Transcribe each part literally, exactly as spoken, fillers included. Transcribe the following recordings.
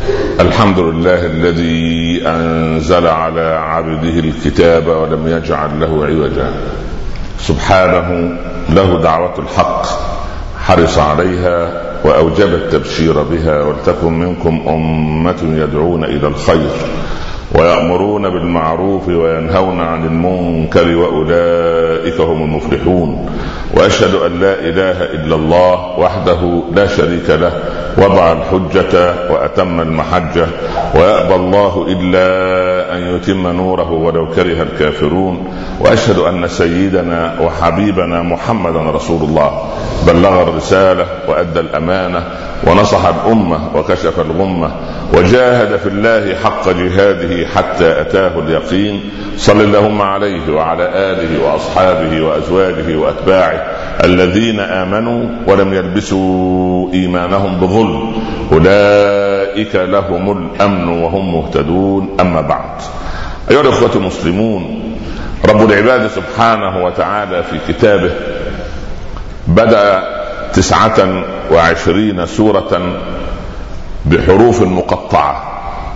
الحمد لله الذي أنزل على عبده الكتاب ولم يجعل له عوجا، سبحانه له دعوة الحق حرص عليها وأوجب التبشير بها، ولتكن منكم أمة يدعون إلى الخير ويأمرون بالمعروف وينهون عن المنكر وأولئك هم المفلحون. وأشهد أن لا إله إلا الله وحده لا شريك له، وضع الحجة وأتم المحجة، ويأبى الله إلا أن يتم نوره ولو كره الكافرون. وأشهد أن سيدنا وحبيبنا محمدا رسول الله، بلغ الرسالة وأدى الأمانة ونصح الأمة وكشف الغمة، وجاهد في الله حق جهاده حتى أتاه اليقين. صل اللهم عليه وعلى آله وأصحابه وأزواجه وأتباعه الذين آمنوا ولم يلبسوا إيمانهم بظلم، أولئك لهم الأمن وهم مهتدون. أما بعد، أيها الأخوة المسلمون، رب العباد سبحانه وتعالى في كتابه بدأ تسعة وعشرين سورة بحروف مقطعة،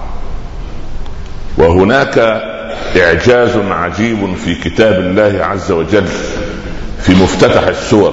وهناك إعجاز عجيب في كتاب الله عز وجل في مفتتح السور.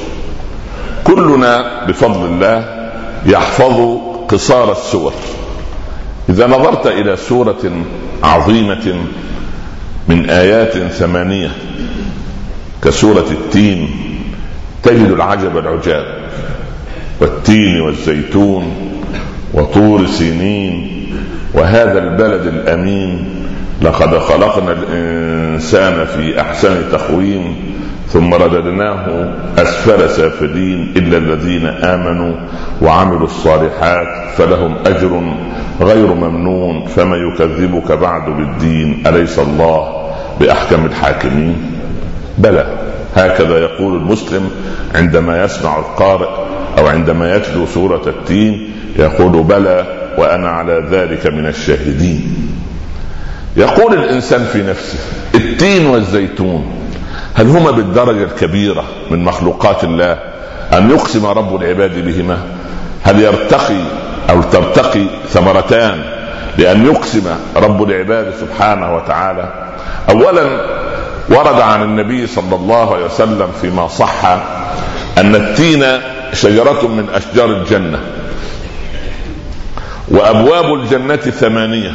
كلنا بفضل الله يحفظ قصار السور. إذا نظرت إلى سورة عظيمة من آيات ثمانية كسورة التين تجد العجب العجاب، والتين والزيتون وطور سينين وهذا البلد الأمين، لقد خلقنا الإنسان في أحسن تقويم ثم رددناه أسفل سافلين إلا الذين آمنوا وعملوا الصالحات فلهم أجر غير ممنون فما يكذبك بعد بالدين أليس الله بأحكم الحاكمين؟ بلى، هكذا يقول المسلم عندما يسمع القارئ أو عندما يتلو سورة التين، يقول بلى وأنا على ذلك من الشاهدين. يقول الإنسان في نفسه: التين والزيتون هل هما بالدرجة الكبيرة من مخلوقات الله أن يقسم رب العباد بهما؟ هل يرتقي أو ترتقي ثمرتان لأن يقسم رب العباد سبحانه وتعالى؟ أولا، ورد عن النبي صلى الله عليه وسلم فيما صح أن التين شجرة من أشجار الجنة، وأبواب الجنة ثمانية،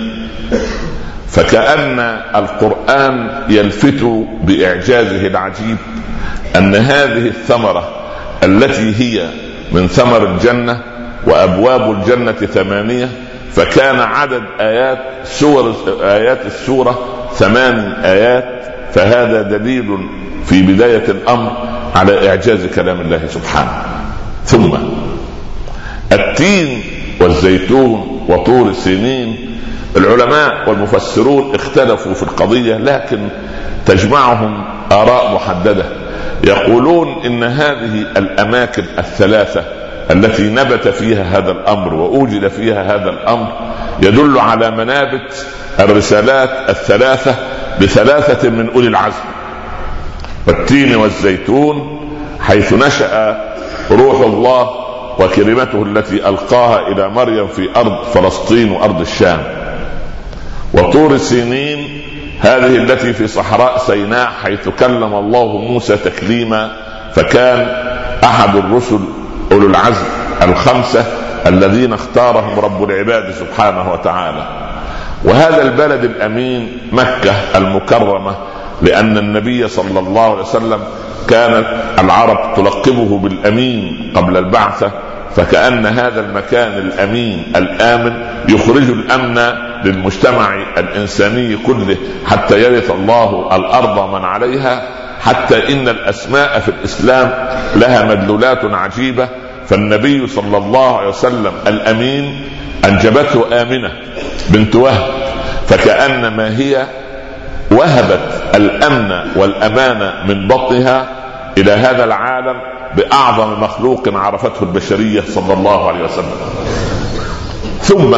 فكأن القرآن يلفت بإعجازه العجيب أن هذه الثمرة التي هي من ثمر الجنة وأبواب الجنة ثمانية، فكان عدد آيات سور آيات السورة ثمان آيات، فهذا دليل في بداية الأمر على إعجاز كلام الله سبحانه. ثم التين والزيتون وطور سينين، العلماء والمفسرون اختلفوا في القضية، لكن تجمعهم آراء محددة. يقولون إن هذه الأماكن الثلاثة التي نبت فيها هذا الأمر وأوجد فيها هذا الأمر يدل على منابت الرسالات الثلاثة بثلاثة من أولي العزم. والتين والزيتون حيث نشأ روح الله وكلمته التي ألقاها إلى مريم في أرض فلسطين وأرض الشام. وطور سينين هذه التي في صحراء سيناء حيث كلم الله موسى تكليما، فكان أحد الرسل أولو العزم الخمسة الذين اختارهم رب العباد سبحانه وتعالى. وهذا البلد الأمين مكة المكرمة، لأن النبي صلى الله عليه وسلم كانت العرب تلقبه بالأمين قبل البعثة، فكأن هذا المكان الأمين الآمن يخرج الأمن للمجتمع الإنساني كله حتى يرث الله الأرض من عليها. حتى إن الأسماء في الإسلام لها مدلولات عجيبة، فالنبي صلى الله عليه وسلم الأمين أنجبته آمنة بنت وهب، فكأنما هي وهبت الأمن والأمانة من بطنها إلى هذا العالم بأعظم مخلوق عرفته البشرية صلى الله عليه وسلم. ثم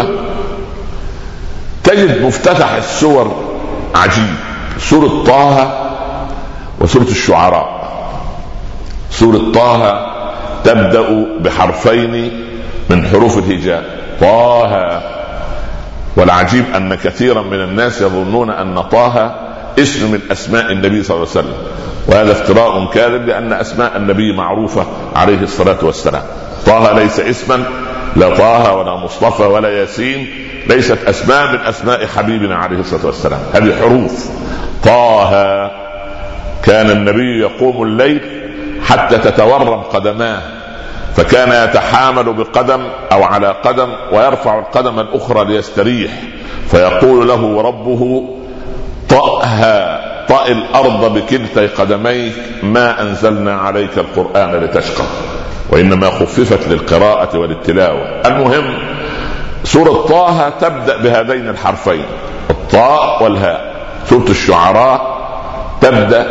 تجد مفتتح السور عجيب، سورة طه وسورة الشعراء. سورة طه تبدأ بحرفين من حروف الهجاء، طه والعجيب أن كثيرا من الناس يظنون أن طه اسم من أسماء النبي صلى الله عليه وسلم، وهذا افتراء كاذب، لأن أسماء النبي معروفة عليه الصلاة والسلام. طه ليس اسما، لا طه ولا مصطفى ولا ياسين، ليست أسماء من أسماء حبيبنا عليه الصلاة والسلام، هذه حروف. طه كان النبي يقوم الليل حتى تتورم قدماه، فكان يتحامل بقدم أو على قدم ويرفع القدم الأخرى ليستريح، فيقول له ربه طأها، طأ الأرض بكلتي قدميك، ما أنزلنا عليك القرآن لتشقى، وإنما خففت للقراءة والتلاوة. المهم سورة طه تبدأ بهذين الحرفين، الطاء والهاء. سورة الشعراء تبدأ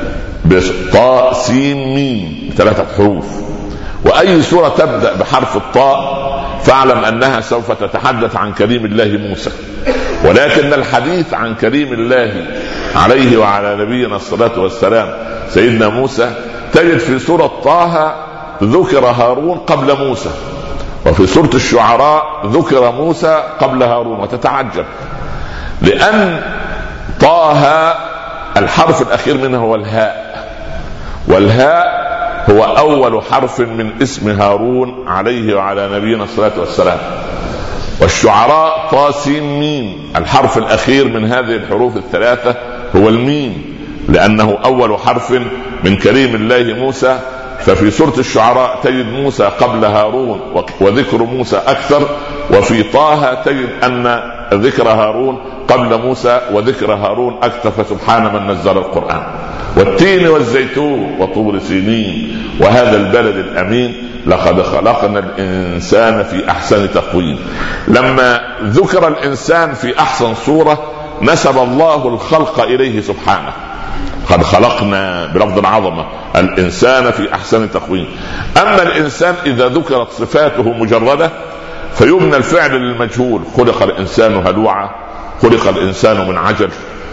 بطاء سين ميم، ثلاثة حروف. وأي سورة تبدأ بحرف الطاء فاعلم أنها سوف تتحدث عن كريم الله موسى، ولكن الحديث عن كريم الله عليه وعلى نبينا الصلاة والسلام سيدنا موسى تجد في سورة طه ذكر هارون قبل موسى، وفي سورة الشعراء ذكر موسى قبل هارون. وتتعجب لأن طه الحرف الأخير منه هو الهاء، والهاء هو أول حرف من اسم هارون عليه وعلى نبينا الصلاة والسلام. والشعراء طا سين ميم، الحرف الأخير من هذه الحروف الثلاثة هو الميم، لأنه أول حرف من كريم الله موسى. ففي سورة الشعراء تجد موسى قبل هارون وذكر موسى أكثر، وفي طه تجد أن ذكر هارون قبل موسى وذكر هارون أكثر. فسبحان من نزل القرآن. والتين والزيتون وطور سينين وهذا البلد الأمين لقد خلقنا الإنسان في أحسن تقويم. لما ذكر الإنسان في أحسن صورة نسب الله الخلق إليه سبحانه، قد خلقنا بلفظ العظمة الإنسان في أحسن تقويم. أما الإنسان إذا ذكرت صفاته مجردة فيبنى الفعل للمجهول، خلق الإنسان هلوعا، خلق الإنسان من عجل،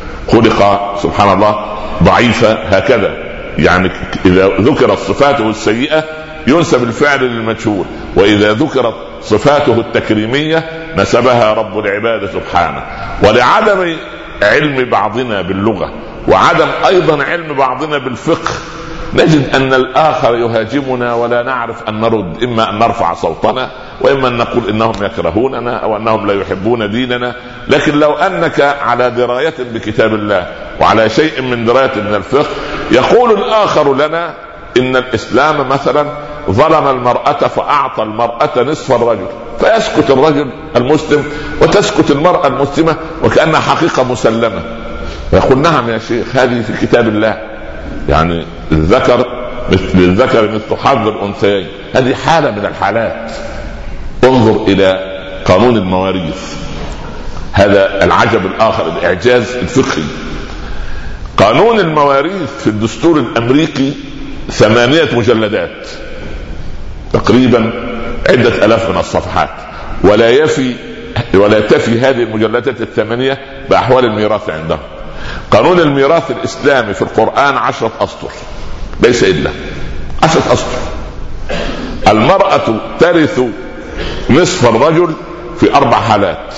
خلق سبحان الله ضعيفة، هكذا. يعني إذا ذكرت صفاته السيئة ينسب الفعل للمجهول، وإذا ذكرت صفاته التكريمية نسبها رب العباد سبحانه. ولعدم علم بعضنا باللغة وعدم أيضا علم بعضنا بالفقه نجد أن الآخر يهاجمنا ولا نعرف أن نرد، إما أن نرفع صوتنا، وإما أن نقول إنهم يكرهوننا أو أنهم لا يحبون ديننا. لكن لو أنك على دراية بكتاب الله وعلى شيء من دراية من الفقه، يقول الآخر لنا إن الإسلام مثلا ظلم المرأة فأعطى المرأة نصف الرجل، فيسكت الرجل المسلم وتسكت المرأة المسلمة وكأنها حقيقة مسلمة. يقول نعم يا شيخ، هذه في كتاب الله، يعني الذكر مثل الذكر مثل حظ الأنثيين، هذه حالة من الحالات. انظر إلى قانون المواريث، هذا العجب الآخر، الإعجاز الفقهي. قانون المواريث في الدستور الأمريكي ثمانية مجلدات تقريبا، عدة ألاف من الصفحات، ولا يفي ولا تفي هذه المجلدات الثمانية بأحوال الميراث عندهم. قانون الميراث الإسلامي في القرآن عشرة أسطر، ليس إلا عشرة أسطر. المرأة ترث نصف الرجل في أربع حالات،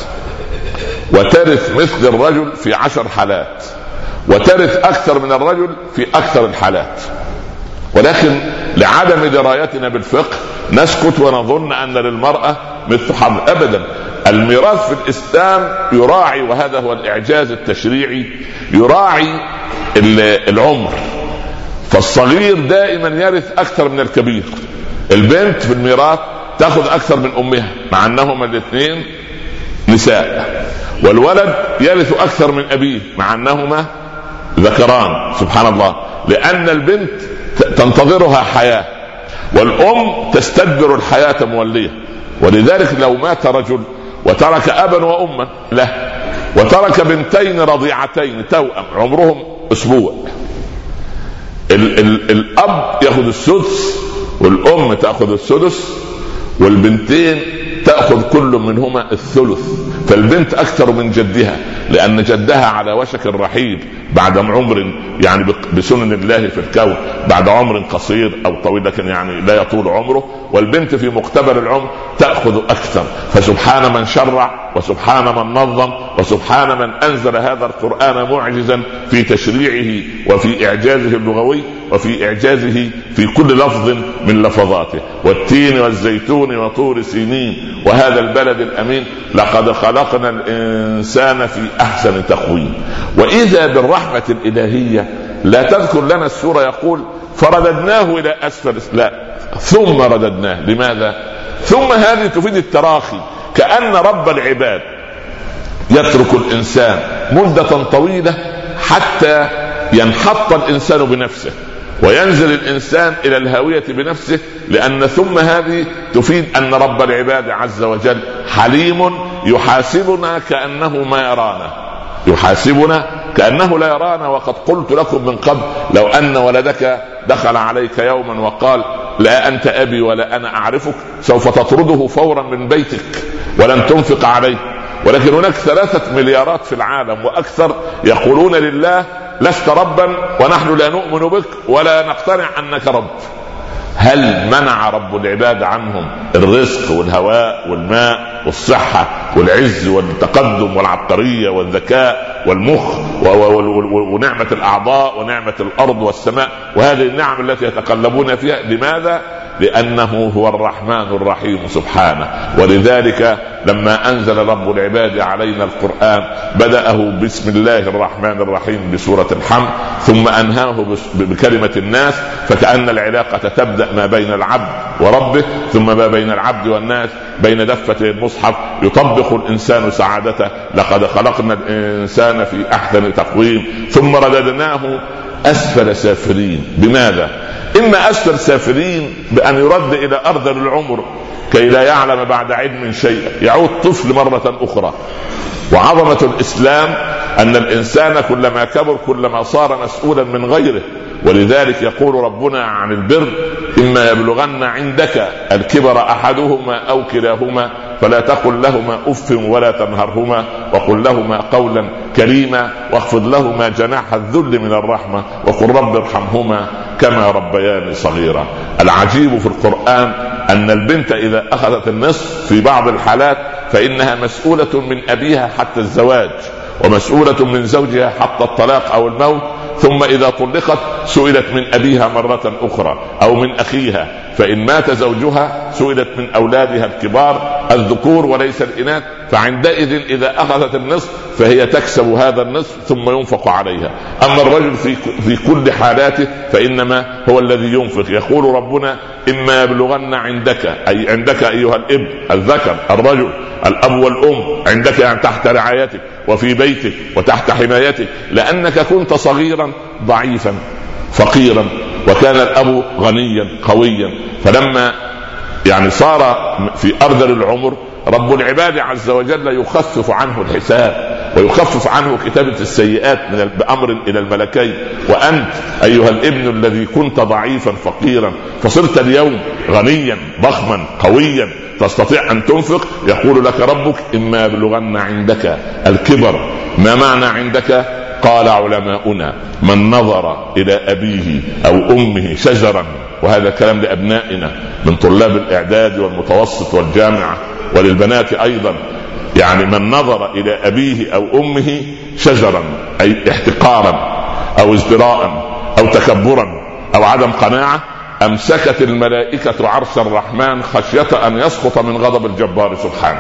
وترث مثل الرجل في عشر حالات، وترث أكثر من الرجل في أكثر الحالات. ولكن لعدم درايتنا بالفقه نسكت ونظن أن للمرأة مثل حظ. أبدا، الميراث في الإسلام يراعي، وهذا هو الإعجاز التشريعي، يراعي العمر. فالصغير دائما يرث أكثر من الكبير. البنت في الميراث تأخذ أكثر من أمها مع أنهما الاثنين نساء، والولد يرث أكثر من أبيه مع أنهما ذكران. سبحان الله، لأن البنت تنتظرها حياة والأم تستدبر الحياة مولية. ولذلك لو مات رجل وترك أبا وأما له وترك بنتين رضيعتين توأم عمرهم أسبوع، ال- ال- الأب يأخذ السدس والأم تأخذ السدس، والبنتين تأخذ كل منهما الثلث. فالبنت أكثر من جدها، لأن جدها على وشك الرحيل بعد عمر، يعني بسنن الله في الكون، بعد عمر قصير أو طويل لكن يعني لا يطول عمره، والبنت في مقتبل العمر تأخذ أكثر. فسبحان من شرع، وسبحان من نظم، وسبحان من أنزل هذا القرآن معجزا في تشريعه وفي إعجازه اللغوي وفي إعجازه في كل لفظ من لفظاته. والتين والزيتون وطور سينين وهذا البلد الأمين لقد خلقنا الإنسان في أحسن تقويم. وإذا بالرحمة الإلهية لا تذكر لنا السورة يقول فرددناه إلى أسفل، لا، ثم رددناه. لماذا؟ ثم هذه تفيد التراخي، كأن رب العباد يترك الإنسان مدة طويلة حتى ينحط الإنسان بنفسه وينزل الإنسان إلى الهاوية بنفسه، لأن ثم هذه تفيد أن رب العباد عز وجل حليم يحاسبنا كأنه ما يرانا، يحاسبنا كأنه لا يرانا. وقد قلت لكم من قبل لو أن ولدك دخل عليك يوما وقال لا أنت أبي ولا أنا أعرفك، سوف تطرده فورا من بيتك ولن تنفق عليه. ولكن هناك ثلاثة مليارات في العالم وأكثر يقولون لله لست ربا ونحن لا نؤمن بك ولا نقتنع أنك رب. هل منع رب العباد عنهم الرزق والهواء والماء والصحة والعز والتقدم والعبقرية والذكاء والمخ ونعمة الأعضاء ونعمة الأرض والسماء وهذه النعم التي يتقلبون فيها؟ لماذا؟ لأنه هو الرحمن الرحيم سبحانه. ولذلك لما أنزل رب العباد علينا القرآن بدأه بسم الله الرحمن الرحيم بسورة الحمد، ثم أنهاه بكلمة الناس، فكأن العلاقة تبدأ ما بين العبد وربه، ثم ما بين العبد والناس بين دفتي المصحف يطبق الإنسان سعادته. لقد خلقنا الإنسان في أحسن تقويم ثم رددناه أسفل سافلين. بماذا؟ إما أسفل سافلين بأن يرد إلى أرذل العمر كي لا يعلم بعد علم شيئا، يعود طفل مرة أخرى. وعظمة الإسلام أن الإنسان كلما كبر كلما صار مسؤولا من غيره. ولذلك يقول ربنا عن البر إما يبلغن عندك الكبر أحدهما أو كلاهما فلا تقل لهما أف ولا تنهرهما وقل لهما قولا كريما واخفض لهما جناح الذل من الرحمة وقل رب ارحمهما كما ربياني صغيرا. العجيب في القرآن أن البنت إذا أخذت النصف في بعض الحالات فإنها مسؤولة من أبيها حتى الزواج، ومسؤولة من زوجها حتى الطلاق أو الموت، ثم إذا طلقت سئلت من أبيها مرة أخرى أو من أخيها، فإن مات زوجها سئلت من أولادها الكبار الذكور وليس الإناث، فعندئذ إذا أخذت النصف فهي تكسب هذا النصف ثم ينفق عليها. أما الرجل في, في كل حالاته فإنما هو الذي ينفق. يقول ربنا إما يبلغن عندك، أي عندك أيها الابن الذكر الرجل الأب والأم، عندك يعني تحت رعايتك وفي بيتك وتحت حمايتك، لأنك كنت صغيرا ضعيفا فقيرا وكان الأب غنيا قويا، فلما يعني صار في أرذل العمر رب العباد عز وجل يخفف عنه الحساب ويخفف عنه كتابة السيئات من بأمر إلى الملكين. وأنت أيها الابن الذي كنت ضعيفا فقيرا فصرت اليوم غنيا ضخما قويا تستطيع أن تنفق، يقول لك ربك إما يبلغن عندك الكبر. ما معنى عندك؟ قال علماؤنا من نظر إلى أبيه أو أمه شجرا، وهذا كلام لأبنائنا من طلاب الإعداد والمتوسط والجامعة وللبنات أيضا، يعني من نظر إلى أبيه أو أمه شجرا أي احتقارا أو ازدراء أو تكبرا أو عدم قناعة، أمسكت الملائكة عرش الرحمن خشية أن يسقط من غضب الجبار سبحانه.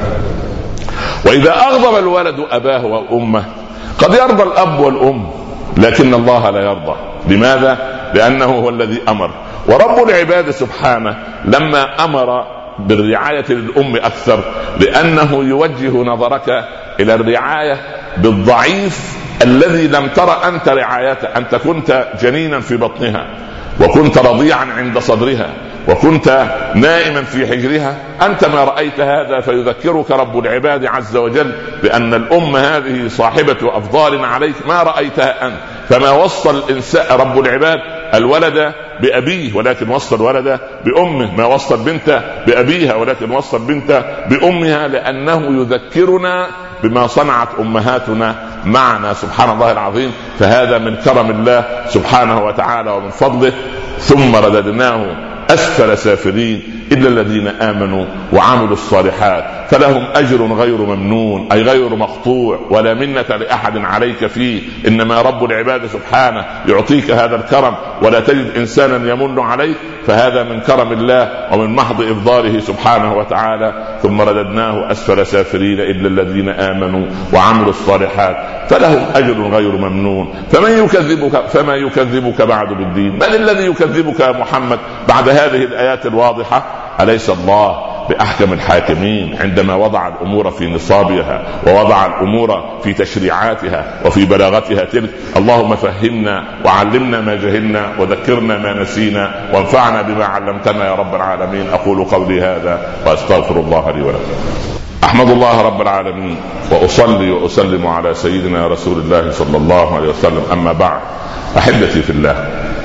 وإذا أغضب الولد أباه وأمه، قد يرضى الأب والأم لكن الله لا يرضى. لماذا؟ لأنه هو الذي أمر. ورب العباد سبحانه لما أمر بالرعاية للأم أكثر لأنه يوجه نظرك إلى الرعاية بالضعيف الذي لم ترى أنت رعايته. أنت كنت جنينا في بطنها وكنت رضيعا عند صدرها وكنت نائما في حجرها، أنت ما رأيت هذا، فيذكرك رب العباد عز وجل بأن الأم هذه صاحبة أفضال عليك ما رأيتها أنت. فما وصل الإنسان رب العباد الولد بأبيه ولكن وصل الولد بأمه، ما وصل بنت بأبيها ولكن وصل بنت بأمها، لأنه يذكرنا بما صنعت أمهاتنا معنا سبحان الله العظيم. فهذا من كرم الله سبحانه وتعالى ومن فضله. ثم رددناه أسفل سافلين إلا الذين آمنوا وعملوا الصالحات فلهم أجر غير ممنون أي غير مقطوع ولا منة لأحد عليك فيه، إنما رب العباد سبحانه يعطيك هذا الكرم ولا تجد إنسانا يمن عليك، فهذا من كرم الله ومن محض إفضاله سبحانه وتعالى. ثم رددناه أسفل سافلين إلا الذين آمنوا وعملوا الصالحات فلهم أجر غير ممنون. فمن يكذبك فما يكذبك بعد بالدين؟ من الذي يكذبك يا محمد بعد هذه الآيات الواضحة؟ أليس الله بأحكم الحاكمين عندما وضع الأمور في نصابها ووضع الأمور في تشريعاتها وفي بلاغتها تلك؟ اللهم فهمنا وعلمنا ما جهلنا وذكرنا ما نسينا وانفعنا بما علمتنا يا رب العالمين. أقول قولي هذا وأستغفر الله لي ولكم. أحمد الله رب العالمين وأصلي وأسلم على سيدنا رسول الله صلى الله عليه وسلم. أما بعد، أحبتي في الله،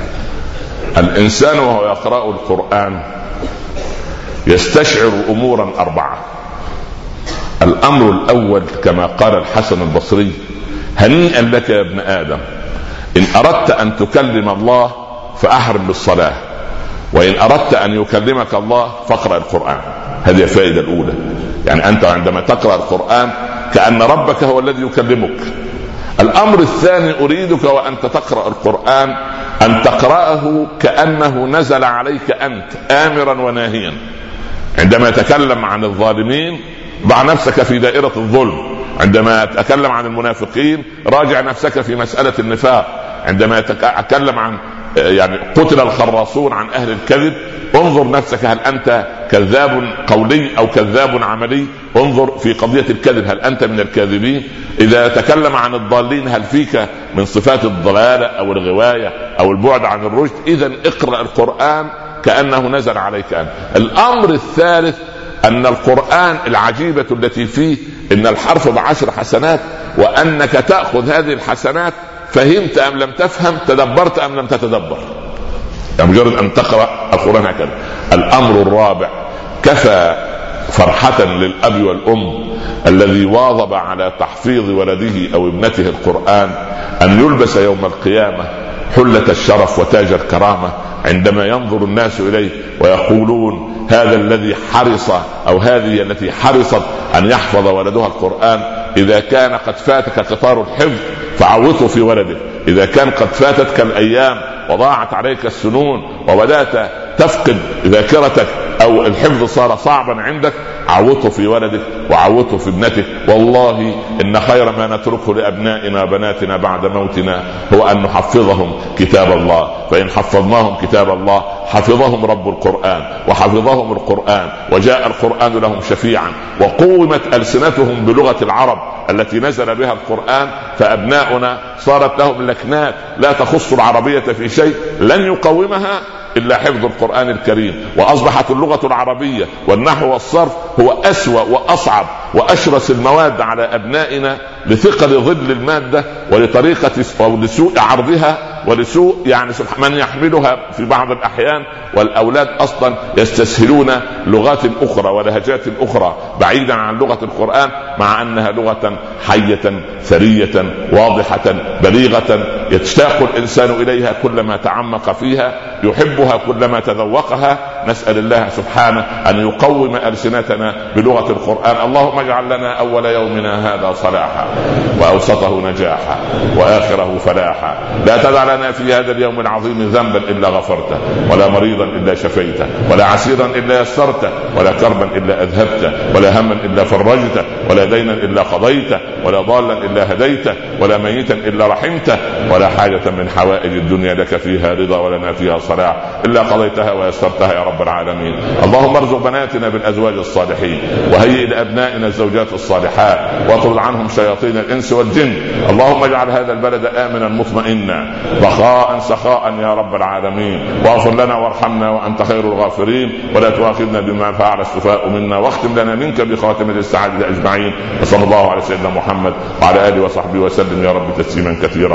الإنسان وهو يقرأ القرآن يستشعر أمورا أربعة. الأمر الأول كما قال الحسن البصري: هنيئا لك يا ابن آدم إن أردت أن تكلم الله فأحرم بالصلاة، وإن أردت أن يكلمك الله فاقرأ القرآن. هذه الفائدة الأولى، يعني أنت عندما تقرأ القرآن كأن ربك هو الذي يكلمك. الأمر الثاني أريدك وأنت تقرأ القرآن أن تقرأه كأنه نزل عليك أنت آمرا وناهيا. عندما يتكلم عن الظالمين ضع نفسك في دائرة الظلم، عندما يتكلم عن المنافقين راجع نفسك في مسألة النفاق، عندما يتكلم عن يعني قتل الخراصون عن أهل الكذب انظر نفسك هل أنت كذاب قولي أو كذاب عملي، انظر في قضية الكذب هل أنت من الكاذبين. إذا تكلم عن الضالين هل فيك من صفات الضلالة أو الغواية أو البعد عن الرشد؟ إذن اقرأ القرآن كأنه نزل عليك أنت. الأمر الثالث أن القرآن العجيبة التي فيه إن الحرف بعشر حسنات، وأنك تأخذ هذه الحسنات فهمت أم لم تفهم، تدبرت أم لم تتدبر، يعني مجرد أن تقرأ القرآن هكذا. الأمر الرابع: كفى فرحة للأب والأم الذي واظب على تحفيظ ولده أو ابنته القرآن أن يلبس يوم القيامة حلة الشرف وتاج الكرامة عندما ينظر الناس إليه ويقولون هذا الذي حرص أو هذه التي حرصت أن يحفظ ولدها القرآن. إذا كان قد فاتك قطار الحفظ فعوضه في ولدك، إذا كان قد فاتتك الأيام وضاعت عليك السنون وبدأت تفقد ذاكرتك أو الحفظ صار صعبا عندك، عوضه في ولدك وعوضه في ابنتك. والله إن خير ما نتركه لأبنائنا وبناتنا بعد موتنا هو أن نحفظهم كتاب الله، فإن حفظناهم كتاب الله حفظهم رب القرآن وحفظهم القرآن وجاء القرآن لهم شفيعا وقومت ألسنتهم بلغة العرب التي نزل بها القرآن، فأبناؤنا صارت لهم لكنات لا تخص العربية في شيء لن يقومها إلا حفظ القرآن الكريم. وأصبحت اللغة العربية والنحو والصرف هو أسوأ وأصعب وأشرس المواد على أبنائنا لثقل ظل المادة ولطريقة ولسوء عرضها ولسوء يعني من يحملها في بعض الأحيان. والأولاد أصلا يستسهلون لغات أخرى ولهجات أخرى بعيدا عن لغة القرآن، مع أنها لغة حية ثرية واضحة بليغة يشتاق الإنسان إليها كلما تعمق فيها، يحبها كلما تذوقها. نسأل الله سبحانه أن يقوم ألسنتنا بلغة القرآن. اللهم اجعل لنا أول يومنا هذا صلاحا وأوسطه نجاحا وآخره فلاحا. لا تدع لنا في هذا اليوم العظيم ذنبا إلا غفرته، ولا مريضا إلا شفيته، ولا عسيرا إلا يسرته، ولا كربا إلا أذهبته، ولا هما إلا فرجته، ولا دينا إلا قضيته، ولا ضالا إلا هديته، ولا ميتا إلا رحمته، ولا حاجة من حوائج الدنيا لك فيها رضا ولنا فيها صلاح إلا قضيتها ويسرتها يا رب العالمين. اللهم ارزق بناتنا بالأزواج الصالحين، وهيئ لأبنائنا الزوجات الصالحات، واطرد عنهم شياطين الإنس والجن. اللهم اجعل هذا البلد آمنا مطمئنا رخاء سخاء يا رب العالمين، واغفر لنا وارحمنا وأنت خير الغافرين، ولا تؤاخذنا بما فعل السفهاء منا، واختم لنا منك بخاتمة السعادة أجمعين. وصلى الله على سيدنا محمد وعلى آله وصحبه وسلم يا رب تسليما كثيرا.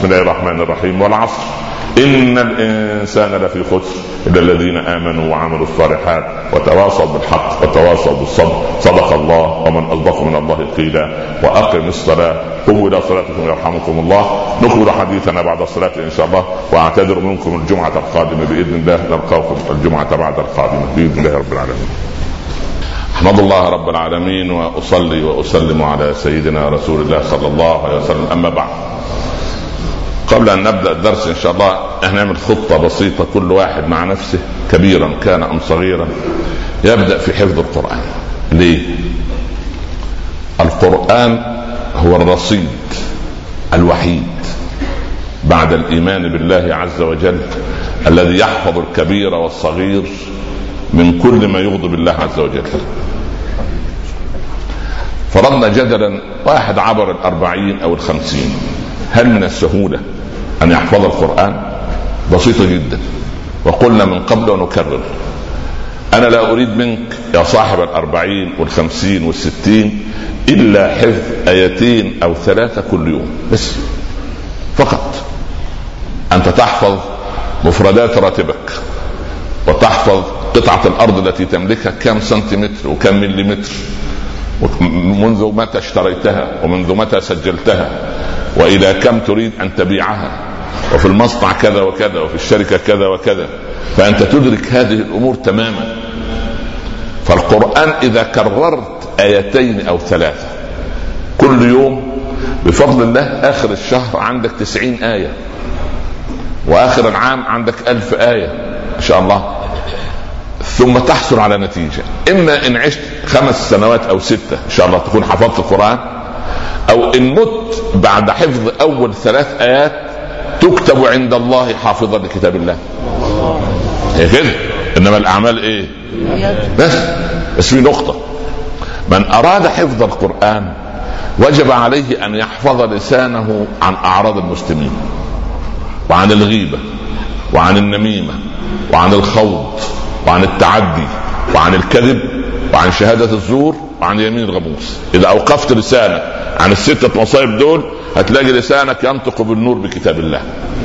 الله الرحمن الرحيم والعصر إن الإنسان لفي خسر إلا الذين آمنوا وعملوا الصالحات وتواصوا بالحق وتواصوا بالصبر صدق الله ومن أصدق من الله قيلا. وأقم الصلاة قوموا إلى صلاتكم يرحمكم الله. نكمل حديثنا بعد الصلاة إن شاء الله، وأعتذر منكم الجمعة القادمة بإذن الله. نلقاكم الجمعة بعد القادمة بإذن الله رب العالمين. أحمد الله رب العالمين وأصلي وأسلم على سيدنا رسول الله صلى الله عليه وسلم. أما بعد، قبل أن نبدأ الدرس إن شاء الله هنعمل خطة بسيطة كل واحد مع نفسه كبيرا كان أم صغيرا يبدأ في حفظ القرآن. ليه؟ القرآن هو الرصيد الوحيد بعد الإيمان بالله عز وجل الذي يحفظ الكبير والصغير من كل ما يغضب الله عز وجل. فرضنا جدلا واحد عبر الأربعين أو الخمسين، هل من السهولة أن يحفظ القرآن؟ بسيطة جدا. وقلنا من قبل ونكرر، أنا لا أريد منك يا صاحب الأربعين والخمسين والستين إلا حفظ آيتين أو ثلاثة كل يوم بس فقط. أنت تحفظ مفردات راتبك، وتحفظ قطعة الأرض التي تملكها كم سنتيمتر وكم مليمتر، منذ متى اشتريتها ومنذ متى سجلتها وإلى كم تريد أن تبيعها، وفي المصنع كذا وكذا وفي الشركة كذا وكذا. فأنت تدرك هذه الأمور تماما. فالقرآن إذا كررت آيتين أو ثلاثة كل يوم بفضل الله آخر الشهر عندك تسعين آية، وآخر العام عندك ألف آية إن شاء الله. ثم تحصل على نتيجة، إما إن عشت خمس سنوات أو ستة إن شاء الله تكون حفظت القرآن، أو إن مت بعد حفظ أول ثلاث آيات تكتب عند الله حافظا لكتاب الله. هي كده. إنما الأعمال إيه؟ بس بس في نقطة، من أراد حفظ القرآن وجب عليه أن يحفظ لسانه عن أعراض المسلمين، وعن الغيبة، وعن النميمة، وعن الخوض، وعن التعدي، وعن الكذب، وعن شهادة الزور، وعن يمين الغموس. إذا أوقفت لسانك عن الستة مصائب دول هتلاقي لسانك ينطق بالنور بكتاب الله.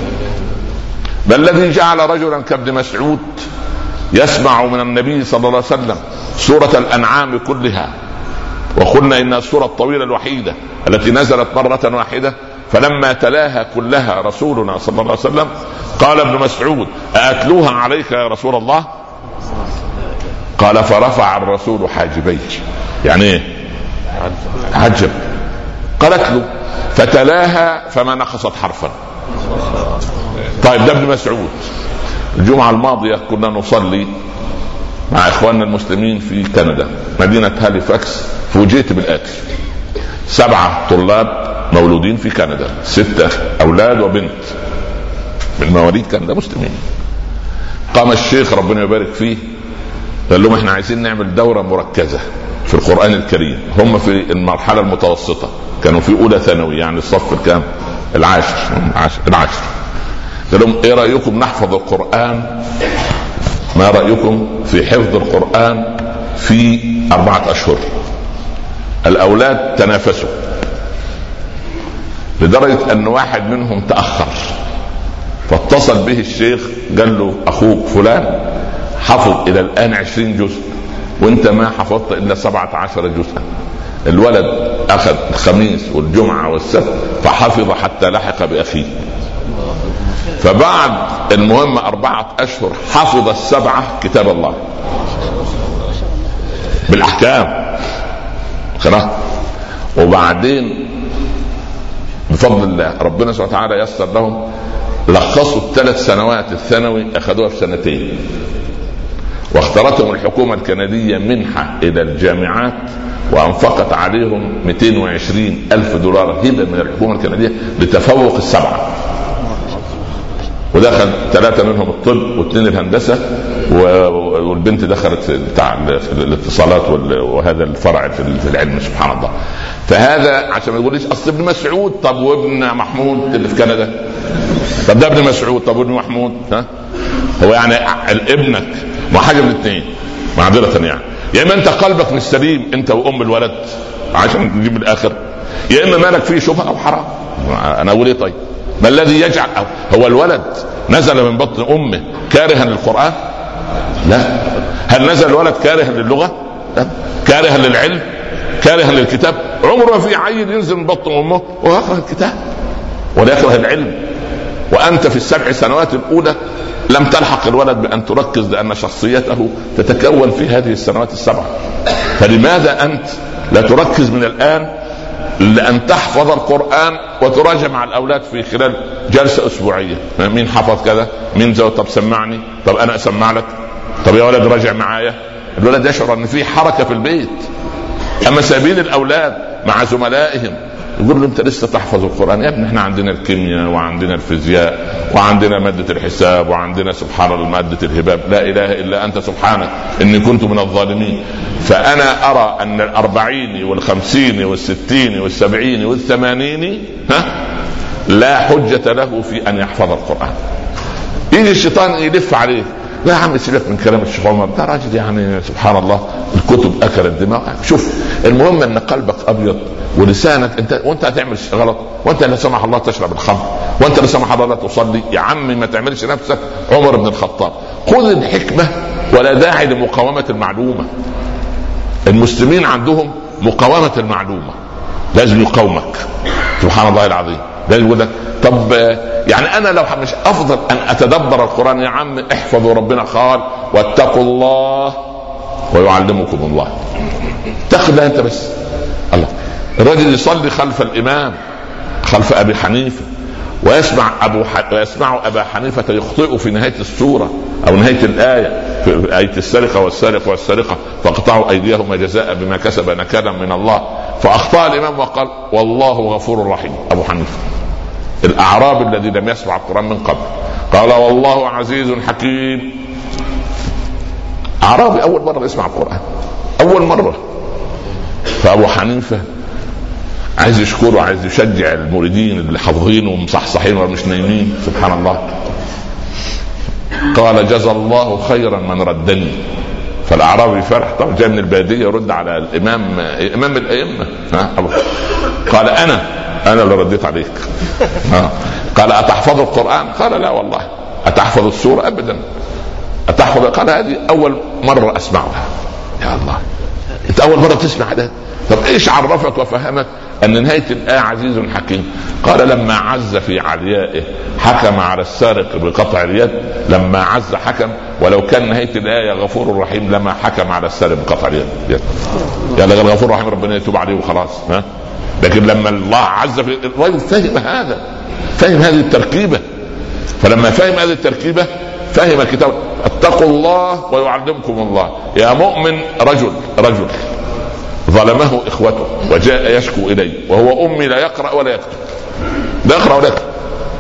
بل الذي جعل رجلا كابن مسعود يسمع من النبي صلى الله عليه وسلم سورة الأنعام كلها، وقلنا إنها السورة الطويلة الوحيدة التي نزلت مرة واحدة، فلما تلاها كلها رسولنا صلى الله عليه وسلم قال ابن مسعود: أأتلوها عليك يا رسول الله؟ قال: فرفع الرسول حاجبيه. يعني ايه؟ عجب. قالت له: فتلاها فما نقصت حرفا. طيب ده ابن مسعود. الجمعة الماضية كنا نصلي مع إخواننا المسلمين في كندا مدينة هاليفاكس، فوجئت بالآتي: سبعة طلاب مولودين في كندا، ستة أولاد وبنت من مواليد كندا مسلمين. قام الشيخ ربنا يبارك فيه قال لهم: احنا عايزين نعمل دورة مركزة في القرآن الكريم. هم في المرحلة المتوسطة، كانوا في أولى ثانوي، يعني الصف الكام؟ العاشر العاشر. قال لهم: ايه رأيكم نحفظ القرآن؟ ما رأيكم في حفظ القرآن في أربعة أشهر؟ الأولاد تنافسوا لدرجة أن واحد منهم تأخر، فاتصل به الشيخ قال له: أخوك فلان حفظ إلى الآن عشرين جزء وانت ما حفظت إلا سبعة عشر جزءا. الولد أخذ الخميس والجمعة والسبت فحفظ حتى لحق بأخيه. فبعد المهم أربعة أشهر حفظ السبعة كتاب الله بالأحكام خلاص. وبعدين بفضل الله ربنا سبحانه وتعالى يسر لهم، لخصوا الثلاث سنوات الثانوي أخذوها في سنتين، واختارتهم الحكومة الكندية منحة إلى الجامعات، وأنفقت عليهم مئتين وعشرين ألف دولار هبة من الحكومة الكندية لتفوق السبعة. ودخل ثلاثة منهم الطب واثنين الهندسة، والبنت دخلت بتاع الاتصالات وهذا الفرع في العلم. سبحان الله. فهذا عشان ما يقوليش أصل ابن مسعود، طب وابن محمود اللي في كندا، طب ده ابن مسعود، طب وابن محمود. ها هو يعني ابنك ما حاجة من الاثنين معذرة، يعني يا إما أنت قلبك مش سليم أنت وأم الولد عشان تجيب الآخر، يا إما مالك فيه شبهة أو حرام. أنا أقول إيه؟ طيب ما الذي يجعل هو الولد نزل من بطن امه كارها للقرآن؟ لا. هل نزل الولد كارها للغة؟ لا. كارها للعلم؟ كارها للكتاب؟ عمره في عيل ينزل من بطن امه ويقرأ الكتاب ولا يكره العلم. وانت في السبع سنوات الاولى لم تلحق الولد بان تركز لان شخصيته تتكون في هذه السنوات السبعة. فلماذا انت لا تركز من الان لأن تحفظ القرآن وتراجع مع الأولاد في خلال جلسة أسبوعية؟ مين حفظ كذا؟ مين زود؟ طب سمعني. طب أنا أسمع لك. طب يا ولد راجع معايا. الولد يشعر أن في حركة في البيت. أما سابين الأولاد مع زملائهم يقول له أنت لسه تحفظ القرآن؟ يا ابني احنا عندنا الكيمياء وعندنا الفيزياء وعندنا مادة الحساب وعندنا سبحان الله مادة الهباب. لا إله إلا أنت سبحانك إني كنت من الظالمين. فأنا أرى أن الأربعين والخمسين والستين والسبعين والثمانين ها لا حجة له في أن يحفظ القرآن. يجي الشيطان يلف عليه، لا يا عم سيبك من كلام الشيخ عمر ده راجل يعني سبحان الله الكتب أكلت دماغ. شوف المهم أن قلبك أبيض ولسانك انت، وانت هتعمل غلط، وانت لا سمح الله تشرب الخمر، وانت لا سمح الله لا تصلي. يا عم ما تعملش نفسك عمر بن الخطاب. خذ الحكمة ولا داعي لمقاومة المعلومة. المسلمين عندهم مقاومة المعلومة، لازم يقاومك سبحان الله العظيم. لازم يقول لك طب يعني انا لو مش افضل ان اتدبر القرآن؟ يا عم احفظوا ربنا قال واتقوا الله ويعلمكم الله. تاخد انت بس. الله الرجل يصلي خلف الامام خلف ابي حنيفه ويسمع ابو ح... ويسمع ابا حنيفه يخطئ في نهايه السوره او نهايه الايه في ايه السرقه والسارق والسارقه فاقطعوا ايديهما جزاء بما كسب نكالا من الله. فاخطا الامام وقال والله غفور رحيم. ابو حنيفه الاعرابي الذي لم يسمع القران من قبل قال والله عزيز حكيم. اعرابي اول مره يسمع القران اول مره. فابو حنيفه عايز يشكره، عايز يشجع المريدين اللي حافظين ومصحصحين ومش نايمين سبحان الله. قال جزا الله خيرا من ردني. فالاعرابي فرح طبعا جاي من الباديه يرد على الامام امام الائمه. قال انا انا اللي رديت عليك. قال اتحفظ القران؟ قال لا والله. اتحفظ السوره؟ ابدا. اتحفظ؟ قال هذه اول مره اسمعها. يا الله انت اول مره تسمع ده؟ طب ايش عرفك وفهمك ان نهايه الايه عزيز حكيم؟ قال لما عز في عليائه حكم على السارق بقطع اليد. لما عز حكم، ولو كان نهايه الايه غفور رحيم لما حكم على السارق بقطع اليد. يعني الغفور الرحيم ربنا يتوب عليه وخلاص. ها لكن لما الله عز في الرجل فهم هذا، فهم هذه التركيبه. فلما فهم هذه التركيبه فهم الكتاب اتقوا الله ويعلمكم الله. يا مؤمن رجل رجل ظلمه اخوته وجاء يشكو الي وهو امي لا يقرأ ولا يكتب، لا يقرأ ولا يكتب.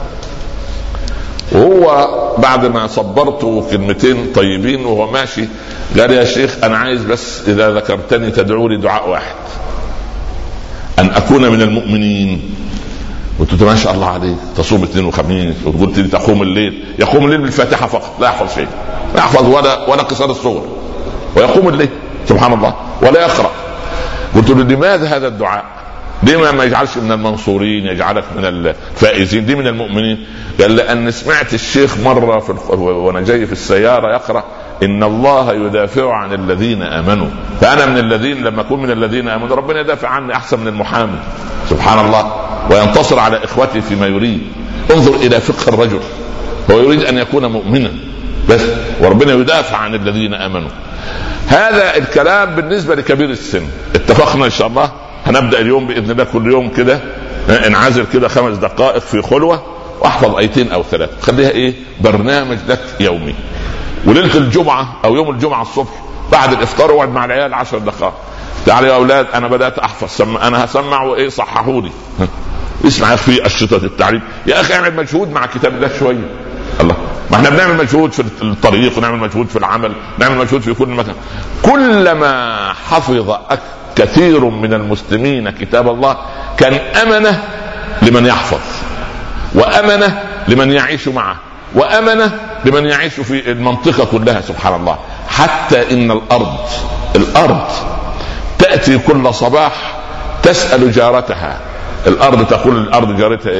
وهو بعد ما صبرته كلمتين طيبين وهو ماشي قال يا شيخ انا عايز بس اذا ذكرتني تدعو لي دعاء واحد، ان اكون من المؤمنين. قلت ما شاء الله عليك تصوم اثنين وخميس وقلت لي تقوم الليل. يقوم الليل بالفاتحه فقط، لا يحفظ شيء، لا يحفظ ولا ولا قصار الصور، ويقوم الليل سبحان الله ولا يقرأ. قلت له لماذا هذا الدعاء؟ لما ما يجعلش من المنصورين، يجعلك من الفائزين، دي من المؤمنين؟ قال لأن سمعت الشيخ مرة في وانا جاي في السيارة يقرأ إن الله يدافع عن الذين آمنوا، فأنا من الذين لما أكون من الذين آمنوا ربنا يدافع عني أحسن من المحامي سبحان الله، وينتصر على إخوتي فيما يريد. انظر إلى فقه الرجل، هو يريد أن يكون مؤمنا بس وربنا يدافع عن الذين آمنوا. هذا الكلام بالنسبة لكبير السن. اتفقنا إن شاء الله هنبدأ اليوم بإذن الله كل يوم كده انعزل كده خمس دقائق في خلوة واحفظ ايتين او ثلاث، خليها ايه برنامج لك يومي. وليله الجمعه او يوم الجمعه الصبح بعد الافطار اقعد مع العيال عشر دقائق، تعالوا يا اولاد انا بدات احفظ سم... انا هسمع وايه صححوا لي اسمع في اشرطه التعليم. يا اخي اعمل مجهود مع كتاب الله شويه. الله ما احنا بنعمل مجهود في الطريق ونعمل مجهود في العمل، نعمل مجهود في كل مكان. كلما حفظ كثير من المسلمين كتاب الله كان امنه لمن يحفظ، وأمنة لمن يعيش معه، وأمنة لمن يعيش في المنطقة كلها سبحان الله. حتى إن الأرض الأرض تأتي كل صباح تسأل جارتها. الأرض تقول الأرض جارتها إيه؟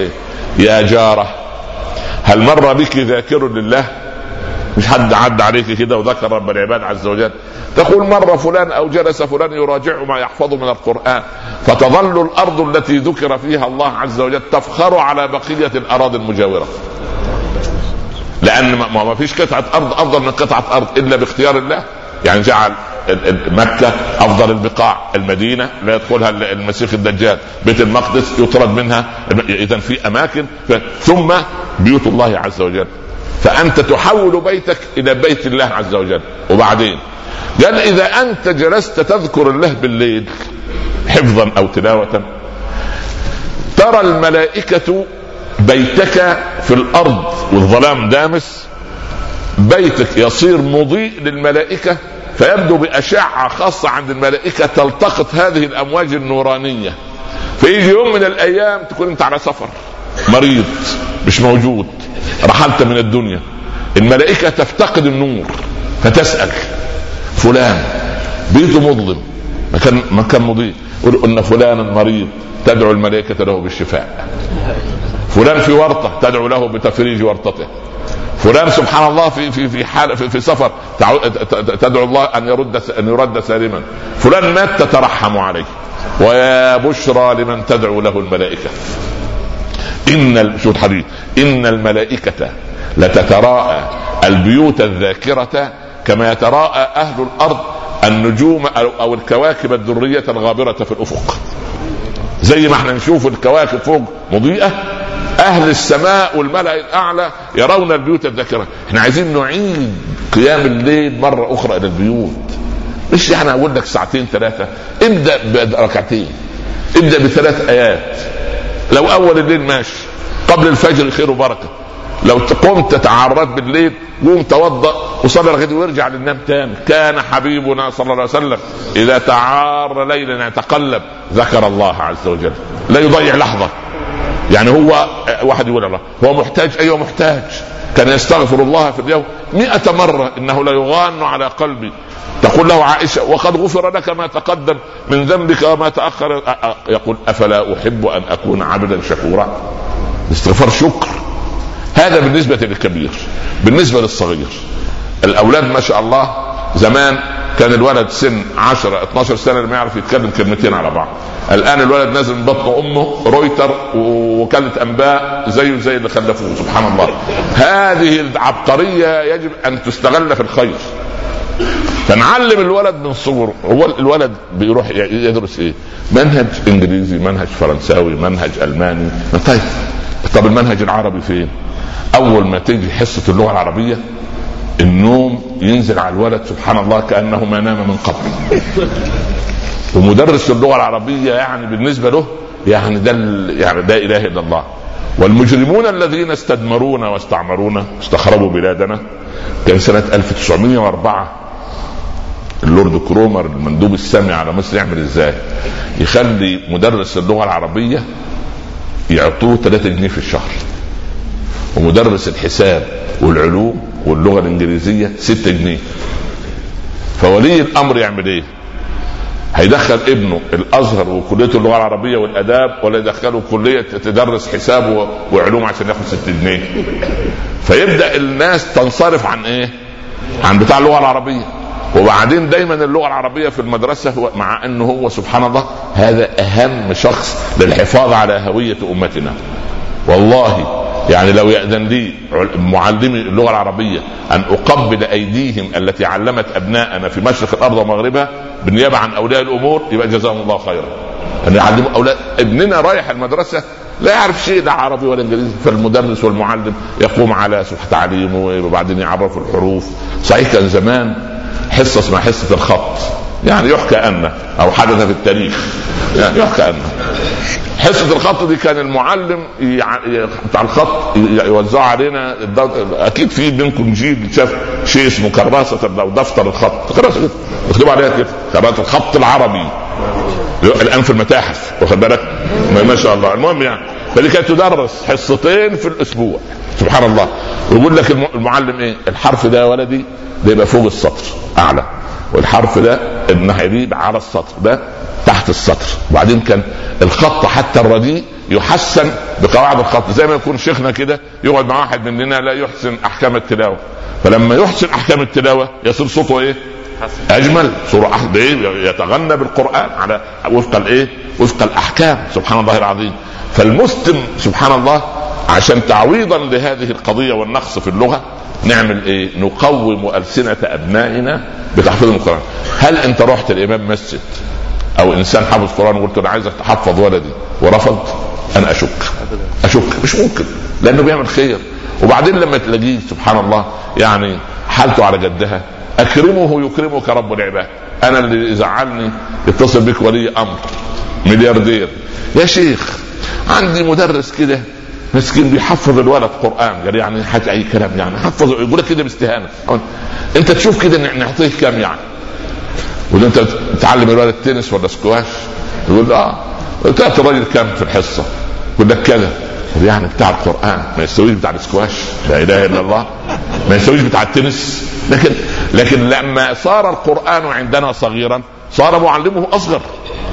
يا جارة هل مر بك ذاكر لله؟ مش حد عد عليك كده وذكر رب العباد عز وجل؟ تقول مر فلان او جلس فلان يراجع ما يحفظ من القرآن، فتظل الارض التي ذكر فيها الله عز وجل تفخر على بقية الاراضي المجاورة، لان ما فيش قطعة ارض افضل من قطعة ارض الا باختيار الله. يعني جعل مكة افضل البقاع، المدينة لا يدخلها المسيح الدجال، بيت المقدس يطرد منها، اذا في اماكن، ثم بيوت الله عز وجل، فانت تحول بيتك الى بيت الله عز وجل. وبعدين قال اذا انت جلست تذكر الله بالليل حفظا او تلاوة، ترى الملائكة بيتك في الارض والظلام دامس، بيتك يصير مضيء للملائكة، فيبدو بأشعة خاصة عند الملائكة تلتقط هذه الأمواج النورانية. فيجي يوم من الأيام تكون أنت على سفر، مريض مش موجود، رحلت من الدنيا، الملائكة تفتقد النور فتسأل فلان بيته مظلم، مكان مكان مضيء، يقول إن فلانا مريض، تدعو الملائكة له بالشفاء. فلان في ورطة، تدعو له بتفريج ورطته. فلان سبحان الله في في في حال في, في سفر، تدعو الله ان يرد ان يرد سالما. فلان مات، تترحم عليه. ويا بشرى لمن تدعو له الملائكه. ان شو الحديث، ان الملائكه لتتراءى البيوت الذاكره كما يتراءى اهل الارض النجوم او الكواكب الدريه الغابره في الافق. زي ما احنا نشوف الكواكب فوق مضيئه، اهل السماء والملأ الاعلى يرون البيوت الذاكره. احنا عايزين نعيد قيام الليل مره اخرى الى البيوت، مش يعني اقول لك ساعتين ثلاثه، ابدا بركعتين، ابدا بثلاث ايات. لو اول الليل ماشي، قبل الفجر خير وبركه. لو قمت تعرضت بالليل، قوم توضأ وصلي ركعتين وارجع للنوم تاني. كان حبيبنا صلى الله عليه وسلم اذا تعار ليلا يتقلب ذكر الله عز وجل، لا يضيع لحظه. يعني هو واحد يقول الله هو محتاج، ايوه محتاج، كان يستغفر الله في اليوم مئة مرة، انه لا يغان على قلبي. تقول له عائشة وقد غفر لك ما تقدم من ذنبك وما تأخر، يقول افلا احب ان اكون عبدا شكورا. استغفار شكر. هذا بالنسبة للكبير. بالنسبة للصغير، الاولاد ما شاء الله زمان كان الولد سن عشرة اتناشر سنة ما يعرف يتكلم كلمتين على بعض. الان الولد نازل من بطن امه رويتر ووكالة انباء زيه زي اللي خلفوه. سبحان الله. هذه العبقرية يجب ان تستغل في الخير. فنعلم الولد من صغره. هو الولد بيروح يدرس ايه؟ منهج انجليزي، منهج فرنساوي، منهج الماني. طيب طب المنهج العربي فين؟ اول ما تيجي حصة اللغة العربية النوم ينزل على الولد سبحان الله كأنه ما نام من قبل. ومدرس اللغة العربية يعني بالنسبة له يعني ده يعني لا اله الا الله. والمجرمون الذين استدمرونا واستعمرونا استخربوا بلادنا كان سنة ألف وتسعمائة وأربعة. اللورد كرومر المندوب السامي على مصر يعمل ازاي؟ يخلي مدرس اللغة العربية يعطوه ثلاثة جنيه في الشهر، ومدرس الحساب والعلوم واللغة الانجليزية ستة جنيه. فولي الامر يعمل ايه؟ هيدخل ابنه الازهر وكلية اللغة العربية والاداب، ولا يدخله كلية تدرس حساب وعلوم عشان ياخد ستة جنيه؟ فيبدأ الناس تنصرف عن ايه؟ عن بتاع اللغة العربية. وبعدين دايما اللغة العربية في المدرسة هو مع انه هو سبحان الله هذا اهم شخص للحفاظ على هوية امتنا. والله يعني لو يأذن لي معلمي اللغة العربية أن أقبل أيديهم التي علمت أبناءنا في مشرق الأرض ومغربها بالنيابة عن أولياء الأمور، يبقى جزاهم الله خيرا. أن يعلموا أولاد ابننا رايح المدرسة لا يعرف شيء لا عربي ولا إنجليزي، فالمدرس والمعلم يقوم على سبح تعليمه وبعدين يعرف الحروف. صحيح كان زمان حصة اسمها حصة الخط، يعني يحكى أن أو حدث في التاريخ يعني يحكى أن حصة الخط دي كان المعلم بتاع الخط يوزع علينا. اكيد في منكم جيل شاف شيء اسمه كراسة او دفتر الخط، كراسة كده مكتوب عليها كده كراسة الخط العربي الان في المتاحف، واخد بالك ما شاء الله. المهم يعني فدي كانت تدرس حصتين في الاسبوع سبحان الله. ويقول لك المعلم ايه؟ الحرف ده يا ولدي ده يبقى فوق السطر اعلى، والحرف ده الناحية دي على السطر ده تحت تحت السطر. وبعدين كان الخط حتى الرديء يحسن بقواعد الخط، زي ما يكون شيخنا كده يقعد مع واحد مننا لا يحسن احكام التلاوه، فلما يحسن احكام التلاوه يصير صوته ايه؟ اجمل، صوره احد يتغنى بالقران على وفق الايه؟ وفق الاحكام. سبحان الله العظيم. فالمسلم سبحان الله عشان تعويضا لهذه القضيه والنقص في اللغه نعمل ايه؟ نقوم ألسنة ابنائنا بتحفيظ القرآن. هل انت رحت الامام مسجد او انسان حافظ قرآن وقلت له عايزك تحفظ ولدي ورفض؟ انا اشك اشك مش ممكن، لانه بيعمل خير. وبعدين لما تلاقيه سبحان الله يعني حالته على جدها، اكرمه يكرمك رب العباد. انا اللي يزعلني يتصل بك ولي امر ملياردير، يا شيخ عندي مدرس كده مسكين بيحفظ الولد قرآن، قال يعني حاجة اي كلام يعني حفظ، يقول لك كده باستهانة. انت تشوف كده نعطيه كام يعني؟ وده انت تعلم الولد تنس ولا سكواش؟ يقول اه. تأتي الراجل كام في الحصة؟ يقول لك كذا. يعني بتاع القرآن ما يستويش بتاع السكواش، لا اله الا الله، ما يستويش بتاع التنس. لكن لكن لما صار القرآن عندنا صغيرا صار معلمه اصغر،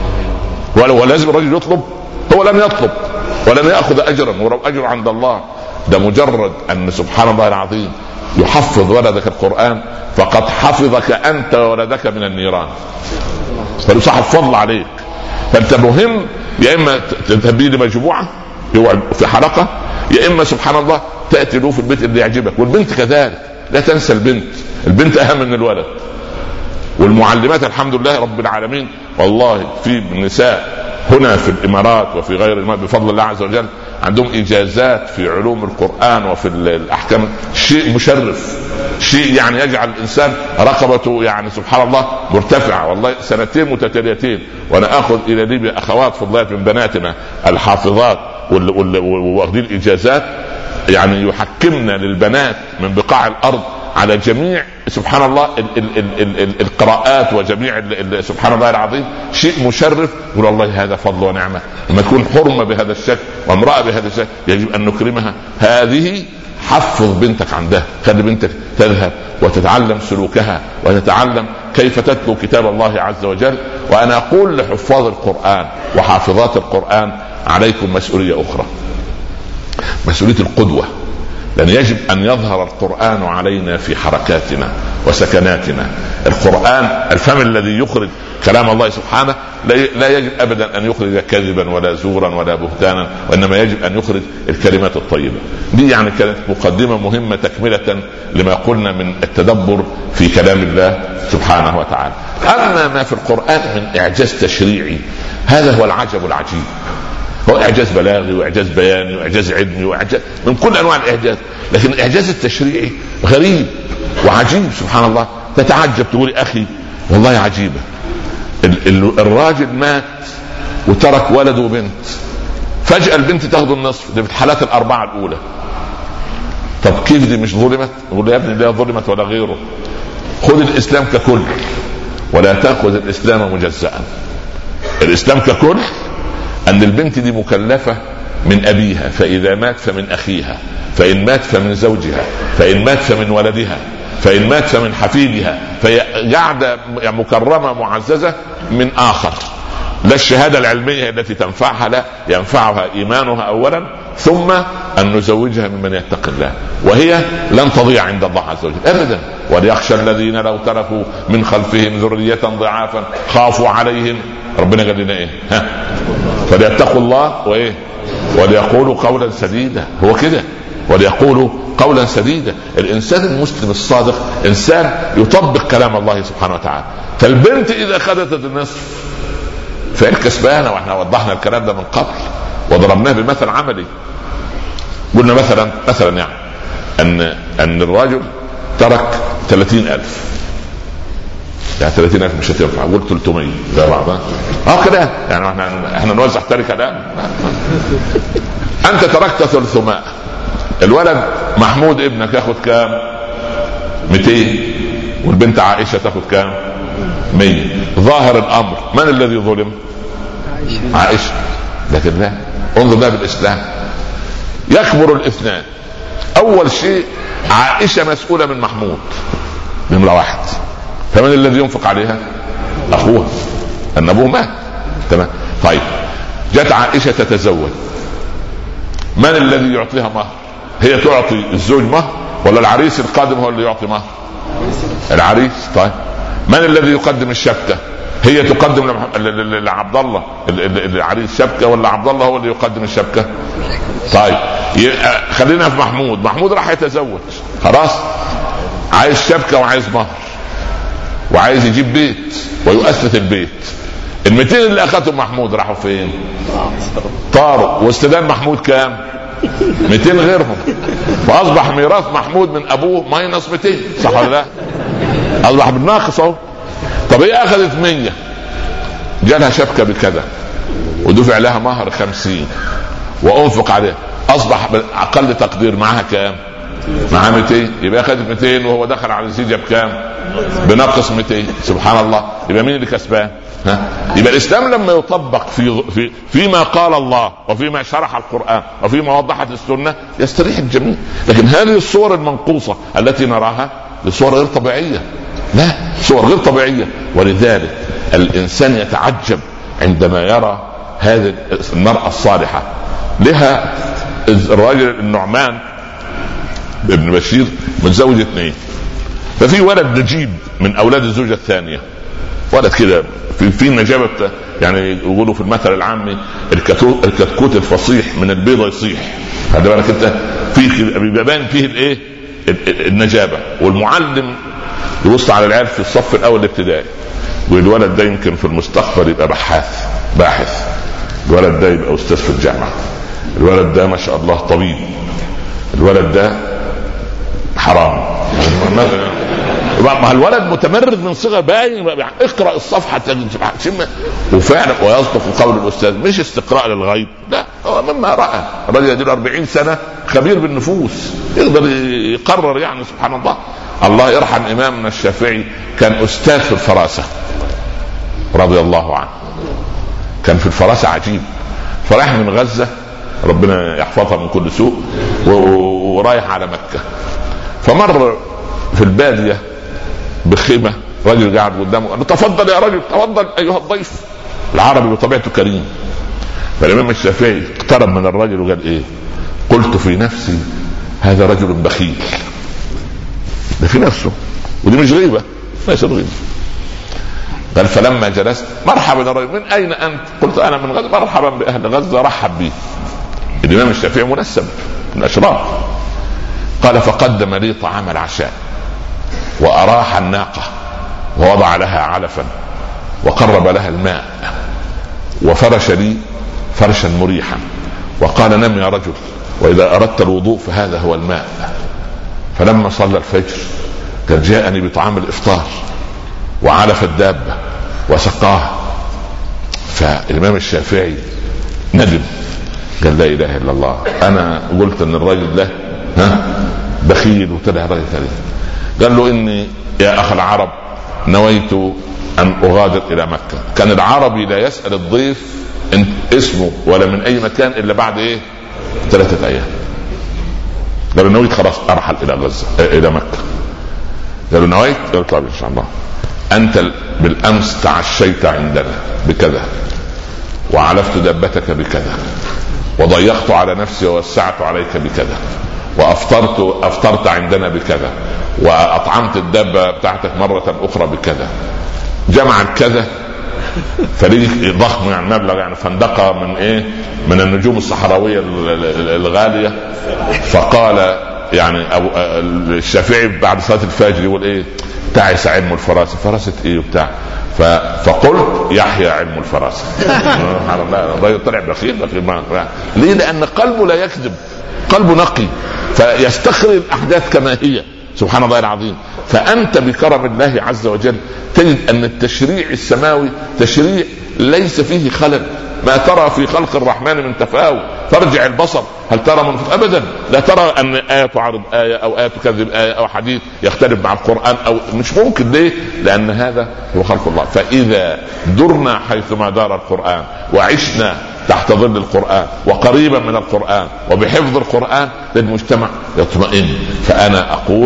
ولازم الرجل يطلب، هو لم يطلب ولم يأخذ أجرا ولو أجر عند الله. ده مجرد أن سبحان الله العظيم يحفظ ولدك القرآن فقد حفظك أنت وولدك من النيران، فلصاحب فضل عليك. فأنت مهم يا إما تنتبه لمجموعة يقعد في حلقة، يا إما سبحان الله تأتي له في البيت اللي يعجبك. والبنت كذلك، لا تنسى البنت، البنت أهم من الولد. والمعلمات الحمد لله رب العالمين، والله في نساء هنا في الامارات وفي غير الامارات بفضل الله عز وجل عندهم اجازات في علوم القرآن وفي الاحكام، شيء مشرف، شيء يعني يجعل الانسان رقبته يعني سبحان الله مرتفعه. والله سنتين متتاليتين وانا اخذ الى ليبيا اخوات فضلات من بناتنا الحافظات واخذين اجازات، يعني يحكمنا للبنات من بقاع الارض على جميع سبحان الله ال ال ال ال ال القراءات وجميع ال ال سبحان الله العظيم. شيء مشرف. يقول الله هذا فضل ونعمة. لما تكون حرمة بهذا الشكل وامرأة بهذا الشكل يجب أن نكرمها. هذه حفظ بنتك عندها، خلي بنتك تذهب وتتعلم سلوكها وتتعلم كيف تتلو كتاب الله عز وجل. وأنا أقول لحفاظ القرآن وحافظات القرآن عليكم مسؤولية أخرى، مسؤولية القدوة، لأن يجب أن يظهر القرآن علينا في حركاتنا وسكناتنا. القرآن الفم الذي يخرج كلام الله سبحانه لا يجب أبدا أن يخرج كذبا ولا زورا ولا بهتانا، وإنما يجب أن يخرج الكلمات الطيبة. دي يعني كانت مقدمة مهمة تكملة لما قلنا من التدبر في كلام الله سبحانه وتعالى. أما ما في القرآن من إعجاز تشريعي هذا هو العجب العجيب، هو إعجاز بلاغي وإعجاز بياني وإعجاز علمي وإعجاز من كل أنواع الإعجاز. لكن الإعجاز التشريعي غريب وعجيب سبحان الله. تتعجب تقول أخي والله عجيبة، الراجل مات وترك ولد وبنت، فجأة البنت تاخذ النصف. دي في الحالات الأربعة الأولى. طب كيف دي مش ظلمت؟ يقول يا ابني لا ظلمت ولا غيره، خذ الإسلام ككل ولا تأخذ الإسلام مجزأ. الإسلام ككل أن البنت دي مكلفة من أبيها، فإذا مات فمن أخيها، فإن مات فمن زوجها، فإن مات فمن ولدها، فإن مات فمن حفيدها، فهي قاعدة مكرمة معززة من آخر. لا الشهادة العلمية التي تنفعها، لا ينفعها إيمانها أولا، ثم أن نزوجها ممن يتقي الله، وهي لن تضيع عند الله عز وجل أبدا. وليخشى الذين لو تركوا من خلفهم ذرية ضعافا خافوا عليهم، ربنا قال لنا إيه؟ ها فليتقوا الله وإيه وليقولوا قولا سديدا. هو كده، وليقولوا قولا سديدا. الإنسان المسلم الصادق إنسان يطبق كلام الله سبحانه وتعالى. فالبنت إذا خدت النصف فهي كسبانة، واحنا وضحنا الكلام ده من قبل وضربناه بمثل عملي. قلنا مثلا مثلا يعني ان ان الرجل ترك ثلاثين ألف، يعني ثلاثين ألف مش هتنفع، قلت ثلاثمية زي بعضها اه كده يعني احنا احنا نوزع تركه الان. انت تركت ثلاثمائة، الولد محمود ابنك ياخد كام؟ مئتين، والبنت عائشة تاخد كام؟ مية. ظاهر الامر من الذي ظلم؟ عائشة. لكن لا، انظر بقى بالاسلام يكبر الاثنان. اول شيء عائشة مسؤولة من محمود نمرة واحد، فمن الذي ينفق عليها؟ اخوها، ان ابوه مات. تمام. طيب جت عائشة تتزوج، من الذي يعطيها مهر؟ هي تعطي الزوج مهر ولا العريس القادم هو اللي يعطي مهر؟ العريس. طيب من الذي يقدم الشبكة؟ هي تقدم لعبد الله العريس شبكة ولا عبد الله هو اللي يقدم الشبكة؟ طيب خلينا في محمود. محمود راح يتزوج خلاص، عايز شبكة وعايز مهر وعايز يجيب بيت ويؤسس البيت. المتين اللي اخذتهم محمود راحوا فين؟ طاروا. واستدان محمود كام؟ مئتين غيرهم. فاصبح ميراث محمود من ابوه ماينس مئتين، صح ولا لا؟ اصبح بالناقص اهو. طب هي اخذت مية، جالها شبكة بكذا ودفع لها مهر خمسين وانفق عليها، اصبح باقل تقدير معها كام؟ معها مئتين. يبقى اخذت مئتين وهو دخل على الزيجة بكام؟ بنقص مئتين. سبحان الله. يبقى مين اللي كسبان؟ ها؟ يبقى الاسلام لما يطبق في في فيما قال الله وفيما شرح القرآن وفيما وضحت السنة يستريح الجميع. لكن هذه الصور المنقوصة التي نراها لصور غير طبيعية، لا صور غير طبيعية. ولذلك الإنسان يتعجب عندما يرى هذه المرأة الصالحة. لها الراجل النعمان ابن بشير متزوج اثنين، ففي ولد نجيب من أولاد الزوجة الثانية، ولد كده في في نجابة، يعني يقولوا في المثل العامي الكتكوت الفصيح من البيضة يصيح. هذا بالك انت فيه بيبان فيه الايه؟ النجابة. والمعلم يبص على العيال في الصف الاول الابتدائي والولد ده يمكن في المستقبل يبقى بحاث باحث، الولد ده يبقى استاذ في الجامعة، الولد ده ما شاء الله طبيب، الولد ده حرام. ما الولد متمرد من صغر باين، اقرأ الصفحة وفعلا ويصدق قول الأستاذ، مش استقراء للغيب، لا هو مما رأى. الرجل يدير أربعين سنة خبير بالنفوس يقدر يقرر، يعني سبحان الله. الله يرحم إمامنا الشافعي كان أستاذ في الفراسة رضي الله عنه، كان في الفراسة عجيب. فرايح من غزة ربنا يحفظها من كل سوء ورايح على مكة، فمر في البادية بخيمة، رجل قاعد قدامه قال له تفضل يا رجل، تفضل أيها الضيف. العربي بطبيعته كريم. فالإمام الشافعي اقترب من الرجل وقال ايه؟ قلت في نفسي هذا رجل بخيل. ده في نفسه، ودي مش غيبة، ليس غيبة. قال فلما جلست مرحبا يا رجل، من أين أنت؟ قلت أنا من غزة. مرحبا بأهل غزة، رحب بي. الإمام الشافعي منسب من الأشراف. قال فقدم لي طعام العشاء وأراح الناقة ووضع لها علفا وقرب لها الماء وفرش لي فرشا مريحا وقال نم يا رجل، وإذا أردت الوضوء فهذا هو الماء. فلما صلى الفجر قد جاءني بطعام الإفطار وعلف الدابة وسقاها. فالإمام الشافعي ندم، قال لا إله إلا الله، أنا قلت أن الرجل ده ها بخيل وطلع راجل كريم. قال له إني يا أخ العرب نويت أن أغادر إلى مكة. كان العربي لا يسأل الضيف اسمه ولا من أي مكان إلا بعد إيه؟ ثلاثة أيام. قال له نويت خلاص أرحل إلى غزة إلى مكة. قال له نويت؟ قال له طيب إن شاء الله. أنت بالأمس تعشيت عندنا بكذا وعلفت دابتك بكذا وضيقت على نفسي ووسعت عليك بكذا وأفطرت أفطرت عندنا بكذا وأطعمت الدابة بتاعتك مرة أخرى بكذا. جمع كذا فريق ضخم، يعني مبلغ، يعني فندقة من إيه؟ من النجوم الصحراوية الغالية. فقال يعني أبو الشافعي بعد صلاة الفجر يقول إيه؟ تعس علم الفراسة. فراسة إيه وبتاع؟ فقلت يحيى علم الفراسة. الرجل طلع بخيل بخيل. ليه؟ لأن قلبه لا يكذب، قلبه نقي فيستخرج الأحداث كما هي. سبحان الله العظيم. فأنت بكرم الله عز وجل تجد أن التشريع السماوي تشريع ليس فيه خلل. ما ترى في خلق الرحمن من تفاوت، فارجع البصر هل ترى من أبدا. لا ترى أن آية تعرض آية أو آية تكذب آية أو حديث يختلف مع القرآن، أو مش ممكن. ليه؟ لأن هذا هو خلق الله. فإذا درنا حيثما دار القرآن وعشنا تحت ظل القرآن وقريبا من القرآن وبحفظ القرآن للمجتمع يطمئن. فأنا أقول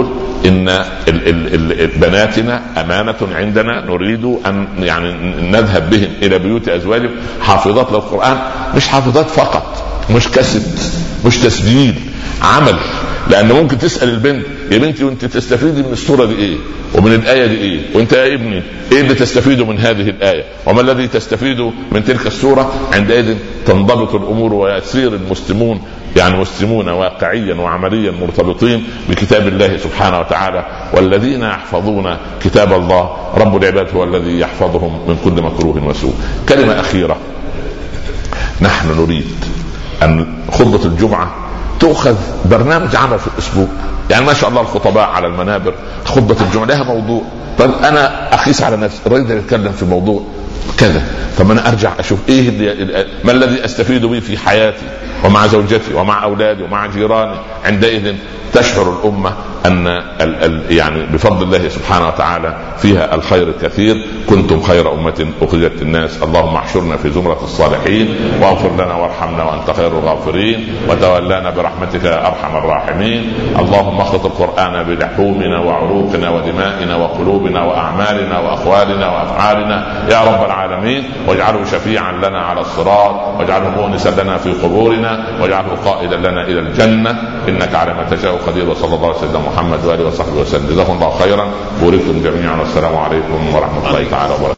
إن ال ال ال بناتنا أمانة عندنا، نريد أن يعني نذهب بهم إلى بيوت أزواجهم حافظات للقرآن، مش حافظات فقط، مش كسب، مش تسجيل، عمل. لأن ممكن تسأل البنت يا بنتي وانت تستفيدي من السورة دي ايه ومن الآية دي ايه، وانت يا ابني ايه اللي تستفيده من هذه الآية وما الذي تستفيده من تلك السورة. عندئذ تنضبط الأمور ويصير المسلمون يعني مسلمون واقعيا وعمليا مرتبطين بكتاب الله سبحانه وتعالى. والذين يحفظون كتاب الله رب العباد هو الذي يحفظهم من كل مكروه وسوء. كلمة أخيرة، نحن نريد أن خطبة الجمعة تأخذ برنامج عمل في الأسبوع. يعني ما شاء الله الخطباء على المنابر خطبة الجمعة لها موضوع، طب أنا أخيس على نفسي الرجل يتكلم في موضوع كذا، طب أنا أرجع أشوف إيه اللي ما الذي أستفيد به في حياتي ومع زوجتي ومع أولادي ومع جيراني. عندئذ تشعر الأمة أن ال ال يعني بفضل الله سبحانه وتعالى فيها الخير الكثير. كنتم خير أمة أخرجت الناس، اللهم احشرنا في زمرة الصالحين واغفر لنا وارحمنا وأنت خير الغافرين وتولانا برحمتك يا أرحم الراحمين. اللهم اخلط القرآن بلحومنا وعروقنا ودمائنا وقلوبنا وأعمالنا وأقوالنا وأفعالنا يا رب العالمين، واجعله شفيعا لنا على الصراط، واجعله مؤنسا لنا في قبورنا، واجعله قائدا لنا إلى الجنة، إنك على ما تشاء قدير. وصلى الله على سيدنا محمد وآله وصحبه وسلم. جزاكم الله خيرا، بوركتم جميعا، والسلام عليكم ورحمة الله تعالى وبركاته.